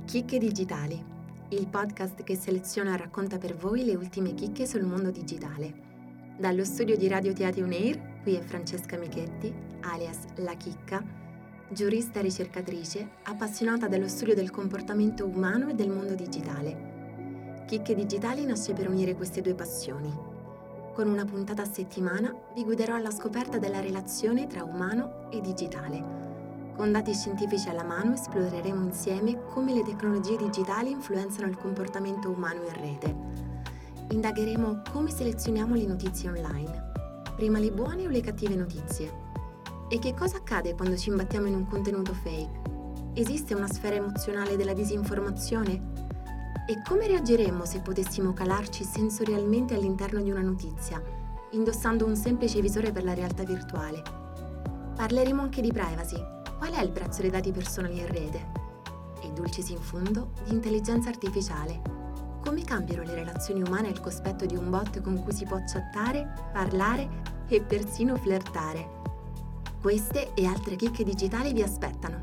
Chicche digitali, il podcast che seleziona e racconta per voi le ultime chicche sul mondo digitale. Dallo studio di Radio Teati On Air, qui è Francesca Michetti, alias La Chicca, giurista e ricercatrice, appassionata dello studio del comportamento umano e del mondo digitale. Chicche digitali nasce per unire queste due passioni. Con una puntata a settimana vi guiderò alla scoperta della relazione tra umano e digitale. Con dati scientifici alla mano esploreremo insieme come le tecnologie digitali influenzano il comportamento umano in rete. Indagheremo come selezioniamo le notizie online, prima le buone o le cattive notizie. E che cosa accade quando ci imbattiamo in un contenuto fake? Esiste una sfera emozionale della disinformazione? E come reagiremmo se potessimo calarci sensorialmente all'interno di una notizia, indossando un semplice visore per la realtà virtuale? Parleremo anche di privacy. Qual è il prezzo dei dati personali in rete? E dulcis in fundo di intelligenza artificiale. Come cambiano le relazioni umane al cospetto di un bot con cui si può chattare, parlare e persino flirtare? Queste e altre chicche digitali vi aspettano.